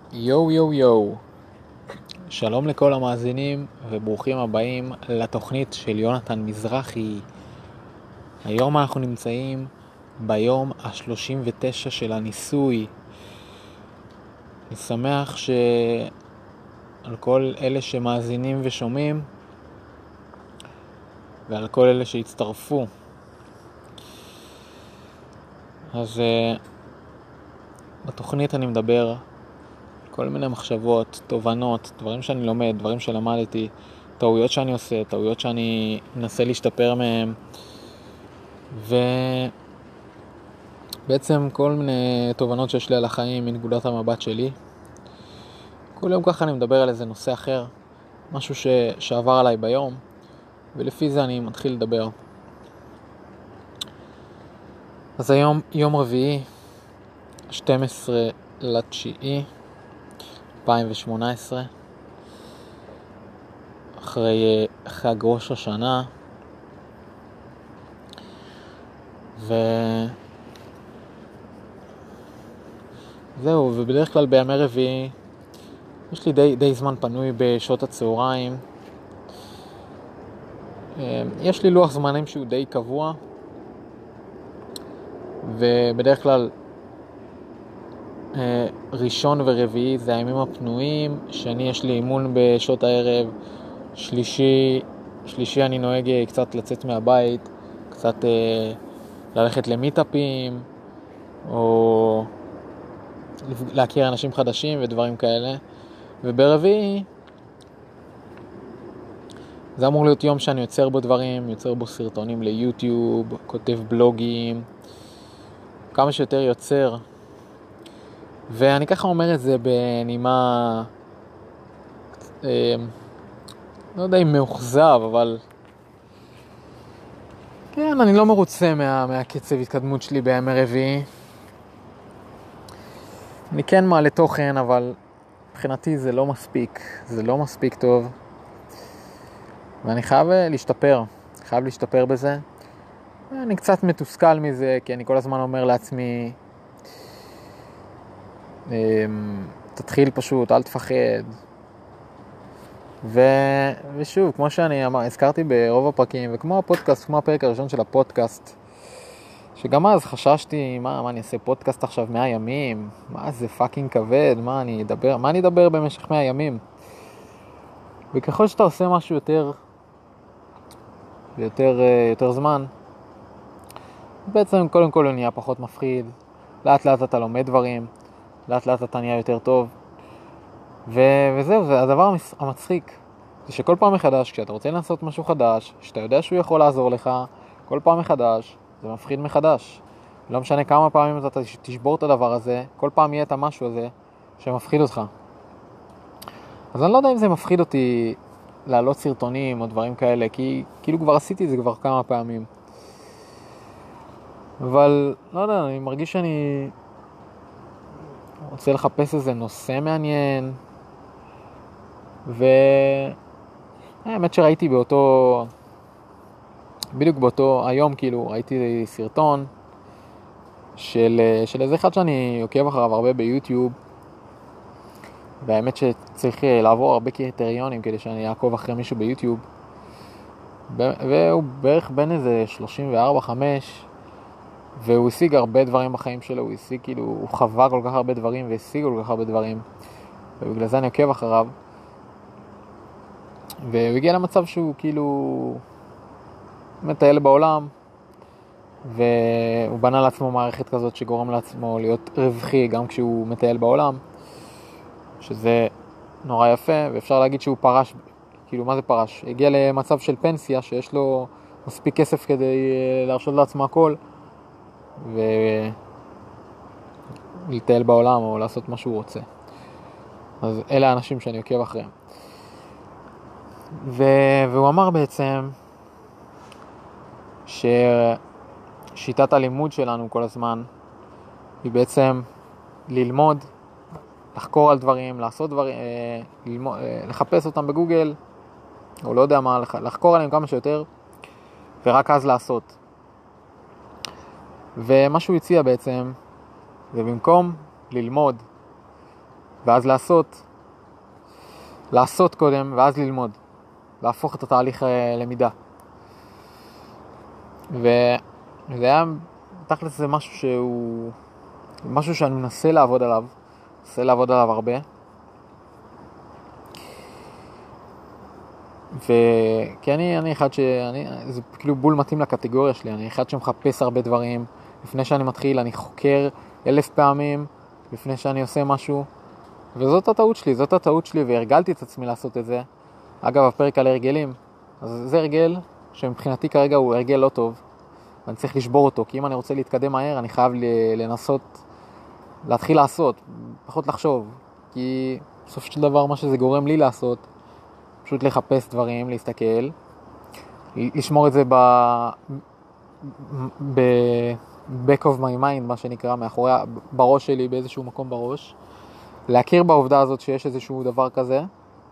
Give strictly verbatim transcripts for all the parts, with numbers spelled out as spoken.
יו יו יו, שלום לכל המאזינים וברוכים הבאים לתוכנית של יונתן מזרחי. היום אנחנו נמצאים ביום ה-שלושים ותשע של הניסוי. אני שמח שעל כל אלה שמאזינים ושומעים ועל כל אלה שהצטרפו. אז uh, בתוכנית אני מדבר כל מיני מחשבות, תובנות, דברים שאני לומד, דברים שלמדתי, טעויות שאני עושה, טעויות שאני מנסה להשתפר מהם, ובעצם כל מיני תובנות שיש לי על החיים מנקודת המבט שלי. כל יום ככה אני מדבר על איזה נושא אחר, משהו ש... שעבר עליי ביום, ולפי זה אני מתחיל לדבר. אז היום יום רביעי, שתים עשרה לתשיעי אלפיים ושמונה עשרה, אחרי חג ראש השנה, וזהו, ובדרך כלל בימי רביעי יש לי די, די זמן פנוי בשעות הצהריים. יש לי לוח זמנים שהוא די קבוע, ובדרך כלל ראשון ורביעי זה הימים הפנויים, שני יש לי אימון בשעות הערב, שלישי, שלישי אני נוהג קצת לצאת מהבית, קצת אה, ללכת למיטאפים, או להכיר אנשים חדשים ודברים כאלה. וברביעי זה אמור להיות יום שאני יוצר בו דברים, יוצר בו סרטונים ליוטיוב, כותב בלוגים, כמה שיותר יוצר. ואני ככה אומר את זה בנימה, אה, לא יודע אם מאוכזב, אבל כן, אני לא מרוצה מה, מהקצב התקדמות שלי בימי רביעי. אני כן מעלה תוכן, אבל מבחינתי זה לא מספיק, זה לא מספיק טוב. ואני חייב להשתפר, חייב להשתפר בזה. אני קצת מתוסכל מזה, כי אני כל הזמן אומר לעצמי, תתחיל פשוט, אל תפחד. ו... ושוב, כמו שאני אמר, הזכרתי ברוב הפרקים, וכמו הפודקאסט, כמו הפרק הראשון של הפודקאסט, שגם אז חששתי, מה, מה אני אעשה פודקאסט עכשיו מאה ימים? מה זה פאקינג כבד? מה אני אדבר? מה אני אדבר במשך מאה ימים? וככל שאתה עושה משהו יותר, יותר, יותר זמן, בעצם קודם כל הוא נהיה פחות מפחיד, לאט לאט אתה לומד דברים, לאט לאט אתה נהיה יותר טוב, ו... וזהו, זה הדבר המצחיק, זה שכל פעם מחדש, כשאתה רוצה לעשות משהו חדש, שאתה יודע שהוא יכול לעזור לך, כל פעם מחדש, זה מפחיד מחדש. לא משנה כמה פעמים אתה תשבור את הדבר הזה, כל פעם יהיה את המשהו הזה שמפחיד אותך. אז אני לא יודע אם זה מפחיד אותי לעלות סרטונים או דברים כאלה, כי כאילו כבר עשיתי את זה כבר כמה פעמים. אבל לא יודע, אני מרגיש שאני רוצה לחפש איזה נושא מעניין, והאמת שראיתי באותו, בדיוק באותו היום, כאילו ראיתי סרטון של, של איזה אחד שאני עוקב אחריו הרבה ביוטיוב, והאמת שצריך לעבור הרבה קריטריונים כדי שאני אעקוב אחרי מישהו ביוטיוב, והוא בערך בין איזה שלושים וארבע חמש, והוא השיג הרבה דברים בחיים שלו, הוא השיג כאילו, הוא חווה כל כך הרבה דברים והשיג כל כך הרבה דברים, ובגלל זה אני עוקב אחריו. והוא הגיע למצב שהוא כאילו מטייל בעולם, והוא בנה לעצמו מערכת כזאת שגורם לעצמו להיות רווחי גם כשהוא מטייל בעולם, שזה נורא יפה, ואפשר להגיד שהוא פרש, כאילו מה זה פרש? הגיע למצב של פנסיה שיש לו מספיק כסף כדי להרשות לעצמו הכל, ולטייל בעולם או לעשות מה שהוא רוצה. אז אלה האנשים שאני עוקב אחריהם. ו... והוא אמר בעצם ששיטת הלימוד שלנו כל הזמן היא בעצם ללמוד, לחקור על דברים, לעשות דברים, ללמוד, לחפש אותם בגוגל, או לא יודע מה, לחקור עליהם כמה שיותר, ורק אז לעשות. ומה שהוא הציע בעצם, זה במקום ללמוד ואז לעשות, לעשות קודם ואז ללמוד, להפוך את התהליך למידה. וזה היה, תכלס זה משהו שהוא, משהו שאני מנסה לעבוד עליו, מנסה לעבוד עליו הרבה. וכי אני, אני אחד ש... אני, זה כאילו בול מתאים לקטגוריה שלי, אני אחד שמחפש הרבה דברים. לפני שאני מתחיל, אני חוקר אלף פעמים, לפני שאני עושה משהו. וזאת הטעות שלי, זאת הטעות שלי, והרגלתי את עצמי לעשות את זה. אגב, הפרק על הרגלים, אז זה הרגל שמבחינתי כרגע הוא הרגל לא טוב. ואני צריך לשבור אותו, כי אם אני רוצה להתקדם מהר, אני חייב לנסות, להתחיל לעשות, פחות לחשוב. כי בסוף של דבר, מה שזה גורם לי לעשות, פשוט לחפש דברים, להסתכל, לשמור את זה ב... ב... back of my mind, מה שנקרא, מאחורי, בראש שלי, באיזשהו מקום בראש, להכיר בעובדה הזאת שיש איזשהו דבר כזה,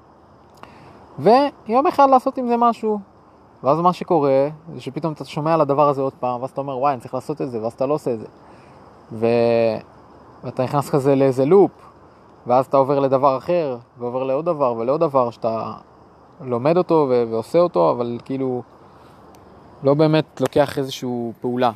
ויום אחד לעשות עם זה משהו. ואז מה שקורה, זה שפתאום אתה שומע על הדבר הזה עוד פעם, ואז אתה אומר, וואי, אני צריך לעשות את זה, ואז אתה לא עושה את זה. ו... ואתה נכנס כזה לאיזה לופ, ואז אתה עובר לדבר אחר, ועובר לעוד דבר ולעוד דבר, שאתה לומד אותו ו... ועושה אותו, אבל כאילו לא באמת לוקח איזשהו פעולה.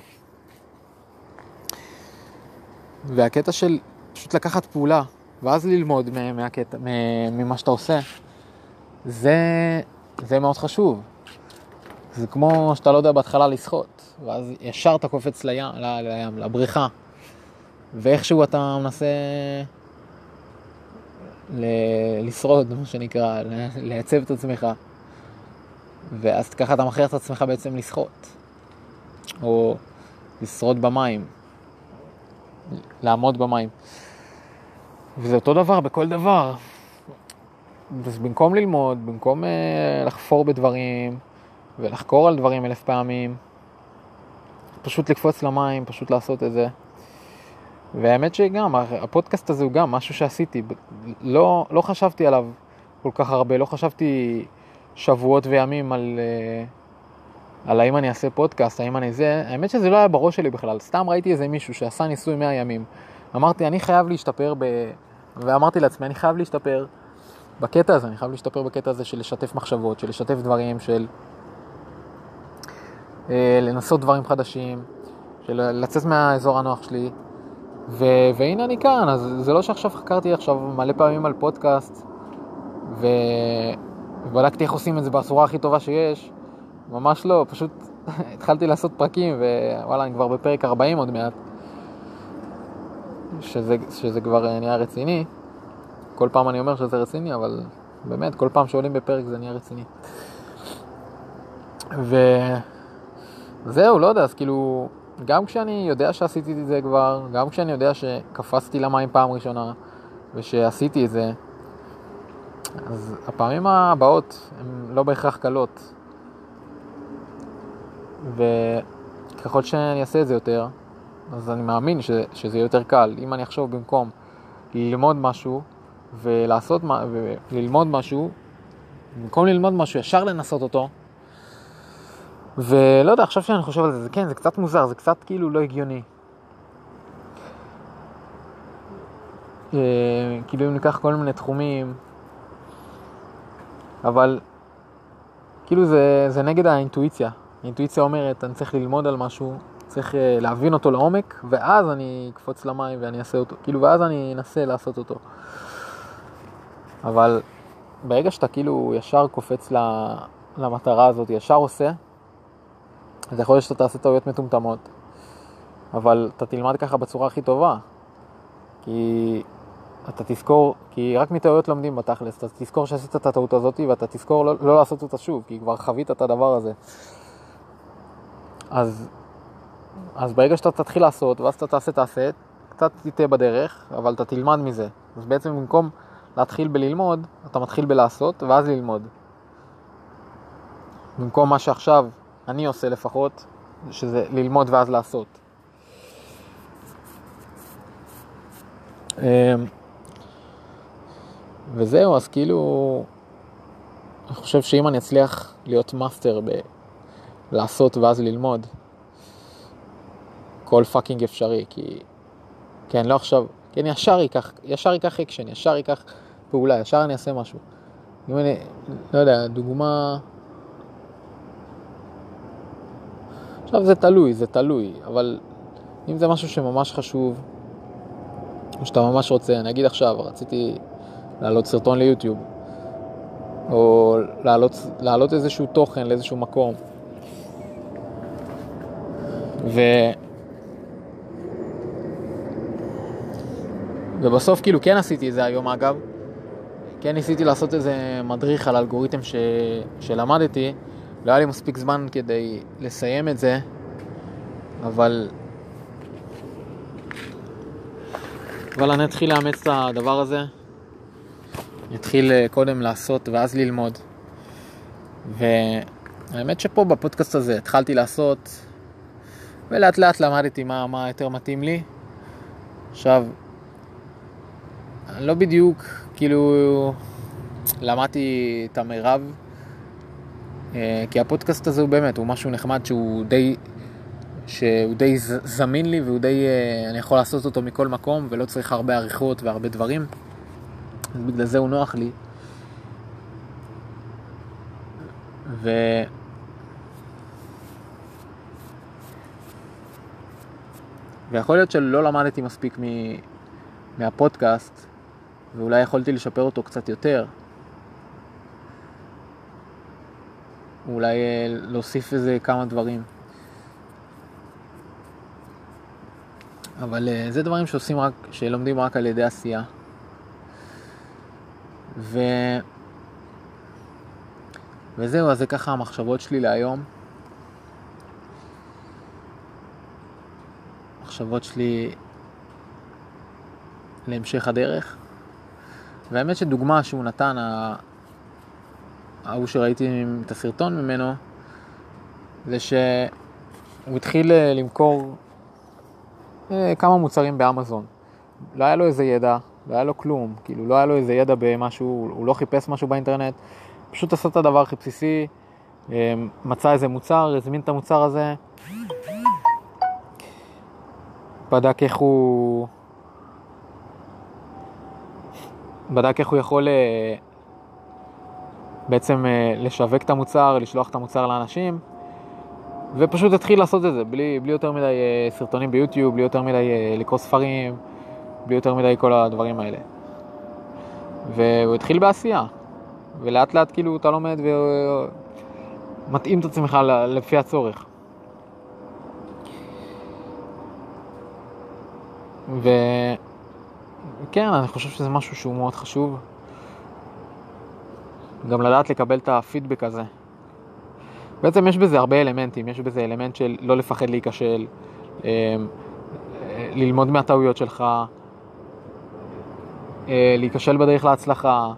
והקטע של פשוט לקחת פעולה, ואז ללמוד מהקטע, ממה שאתה עושה, זה, זה מאוד חשוב. זה כמו שאתה לא יודע בהתחלה לשחות, ואז ישר אתה קופץ לים, לים, לבריכה, ואיכשהו אתה מנסה ל- לשרוד, מה שנקרא, לייצב את עצמך, ואז ככה אתה מכריח את עצמך בעצם לשחות, או לשרוד במים, לעמוד במים. וזה אותו דבר בכל דבר. אז במקום ללמוד, במקום uh, לחפור בדברים ולחקור על דברים אלף פעמים, פשוט לקפוץ למים, פשוט לעשות את זה. והאמת שגם, הפודקאסט הזה הוא גם משהו שעשיתי. לא, לא חשבתי עליו כל כך הרבה, לא חשבתי שבועות וימים על, uh, על האם אני אעשה פודקאסט, האם אני זה. האמת שזה לא היה בראש שלי בכלל. סתם ראיתי איזה מישהו שעשה ניסוי מאה ימים. אמרתי, אני חייב להשתפר ב... ואמרתי לעצמי, אני חייב להשתפר בקטע הזה, אני חייב להשתפר בקטע הזה של לשתף מחשבות, של לשתף דברים, של אה, לנסות דברים חדשים, של לצאת מהאזור הנוח שלי. ו... והנה אני כאן, אז זה לא שעכשיו חקרתי עכשיו מלא פעמים על פודקאסט, ו... ובדקתי איך עושים את זה בצורה הכי טובה שיש. ממש לא, פשוט התחלתי לעשות פרקים, ווואלה, אני כבר בפרק ארבעים עוד מעט. שזה, שזה כבר נהיה רציני. כל פעם אני אומר שזה רציני, אבל באמת, כל פעם שעולים בפרק זה נהיה רציני. וזהו, לא יודע, אז כאילו, גם כשאני יודע שעשיתי את זה כבר, גם כשאני יודע שקפצתי למים פעם ראשונה, ושעשיתי את זה, אז הפעמים הבאות הן לא בהכרח קלות. וככל שאני אעשה את זה יותר, אז אני מאמין ש, שזה יותר קל. אם אני אחשוב במקום ללמוד משהו ולעשות וללמוד משהו, במקום ללמוד משהו ישר לנסות אותו. ולא יודע, עכשיו שאני חושב על זה, זה כן, זה קצת מוזר, זה קצת כאילו לא הגיוני. כאילו אם ניקח כל מיני תחומים, אבל כאילו זה, זה נגד האינטואיציה. האינטואיציה אומרת, אני צריך ללמוד על משהו, צריך להבין אותו לעומק, ואז אני אקפוץ למים ואני אעשה אותו. כאילו, ואז אני אנסה לעשות אותו. אבל ברגע שאתה כאילו ישר קופץ למטרה הזאת, ישר עושה, אז יכול להיות שאתה תעשה טעויות מטומטמות. אבל אתה תלמד ככה בצורה הכי טובה. כי אתה תזכור, כי רק מטעויות לומדים בתכלס. אתה תזכור שעשית את הטעות הזאת, ואתה תזכור לא, לא לעשות אותה שוב, כי כבר חווית את הדבר הזה. אז, אז ברגע שאתה תתחיל לעשות, ואז אתה תעשה, תעשה, קצת תיתה בדרך, אבל אתה תלמד מזה. אז בעצם במקום להתחיל בללמוד, אתה מתחיל בלעשות, ואז ללמוד. במקום מה שעכשיו אני עושה לפחות, שזה ללמוד ואז לעשות. וזהו, אז כאילו, אני חושב שאם אני אצליח להיות מאסטר בלעשות ואז ללמוד, כל פאקינג אפשרי, כי, כן, לא עכשיו, כי אני ישר ייקח, ישר ייקח אקשן, ישר ייקח פעולה, ישר אני אעשה משהו. אם אני, לא יודע, דוגמה... עכשיו זה תלוי, זה תלוי, אבל אם זה משהו שממש חשוב, או שאתה ממש רוצה, אני אגיד עכשיו, רציתי להעלות סרטון ליוטיוב, או להעלות, להעלות איזשהו תוכן לאיזשהו מקום, ו... ובסוף כאילו כן עשיתי את זה היום אגב, כן ניסיתי לעשות איזה מדריך על אלגוריתם ש... שלמדתי, לא היה לי מספיק זמן כדי לסיים את זה, אבל אבל אני אתחיל לאמץ את הדבר הזה, אני אתחיל קודם לעשות ואז ללמוד, והאמת שפה בפודקאסט הזה התחלתי לעשות, ולאט לאט למדתי מה, מה יותר מתאים לי. עכשיו, אני לא בדיוק כאילו למדתי את המרב, כי הפודקאסט הזה הוא באמת, הוא משהו נחמד שהוא די, שהוא די זמין לי, והוא די, אני יכול לעשות אותו מכל מקום, ולא צריך הרבה עריכות והרבה דברים, אז בגלל זה הוא נוח לי. ו... ויכול להיות שלא למדתי מספיק מ... מהפודקאסט, ואולי יכולתי לשפר אותו קצת יותר. אולי להוסיף איזה כמה דברים. אבל זה דברים שעושים רק, שלומדים רק על ידי עשייה. ו... וזהו, אז זה ככה המחשבות שלי להיום. מחשבות שלי להמשך הדרך. והאמת שדוגמה שהוא נתן, ההוא שראיתי את הסרטון ממנו, זה שהוא התחיל למכור כמה מוצרים באמזון. לא היה לו איזה ידע, לא היה לו כלום, כאילו לא היה לו איזה ידע במשהו, הוא לא חיפש משהו באינטרנט, פשוט עשה את הדבר הכי בסיסי, מצא איזה מוצר, הזמין את המוצר הזה, בדק איך הוא... בדק איך הוא יכול בעצם לשווק את המוצר, לשלוח את המוצר לאנשים, ופשוט התחיל לעשות את זה, בלי, בלי יותר מדי סרטונים ביוטיוב, בלי יותר מדי לקרוא ספרים, בלי יותר מדי כל הדברים האלה. והוא התחיל בעשייה, ולאט לאט כאילו אתה לומד ומתאים את עצמך לפי הצורך. ו... כן, אני חושב שזה משהו שהוא מאוד חשוב. גם לדעת לקבל את הפידבק הזה. בעצם יש בזה הרבה אלמנטים. יש בזה אלמנט של לא לפחד להיכשל, ללמוד מהטעויות שלך, להיכשל בדרך להצלחה,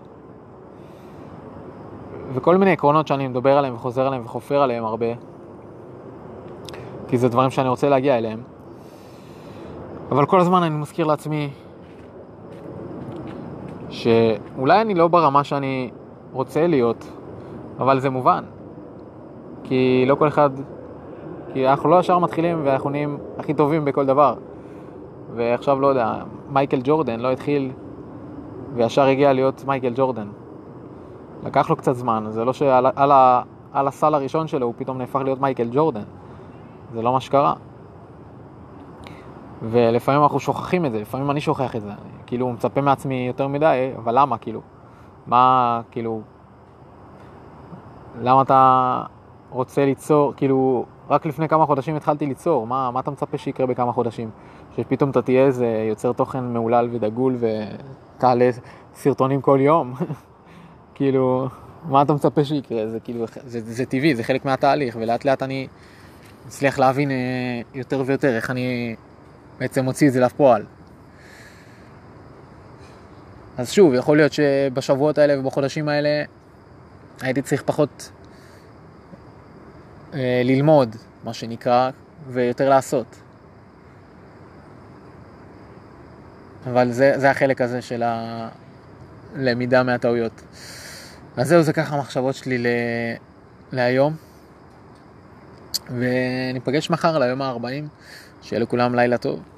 וכל מיני עקרונות שאני מדבר עליהם וחוזר עליהם וחופר עליהם הרבה, כי זה דברים שאני רוצה להגיע אליהם. אבל כל הזמן אני מזכיר לעצמי שאולי אני לא ברמה שאני רוצה להיות, אבל זה מובן. כי לא כל אחד, כי אנחנו לא ישר מתחילים ואנחנו נהיים הכי טובים בכל דבר. ועכשיו לא יודע, מייקל ג'ורדן לא התחיל וישר הגיע להיות מייקל ג'ורדן. לקח לו קצת זמן, זה לא שעל על, על הסל הראשון שלו הוא פתאום נהפך להיות מייקל ג'ורדן. זה לא מה שקרה. ולפעמים אנחנו שוכחים את זה, לפעמים אני שוכח את זה. כאילו הוא מצפה מעצמי יותר מדי, אבל למה כאילו? מה כאילו? למה אתה רוצה ליצור, כאילו רק לפני כמה חודשים התחלתי ליצור, מה, מה אתה מצפה שיקרה בכמה חודשים? שפתאום אתה תהיה איזה יוצר תוכן מעולל ודגול ותעלה סרטונים כל יום? כאילו, מה אתה מצפה שיקרה? זה כאילו, זה, זה טבעי, זה חלק מהתהליך, ולאט לאט אני מצליח להבין יותר ויותר איך אני בעצם מוציא את זה לפועל. אז שוב, יכול להיות שבשבועות האלה ובחודשים האלה הייתי צריך פחות אה, ללמוד, מה שנקרא, ויותר לעשות. אבל זה, זה החלק הזה של הלמידה מהטעויות. אז זהו, זה ככה המחשבות שלי ל... להיום. וניפגש מחר ליום ה-ארבעים. שיהיה לכולם לילה טוב.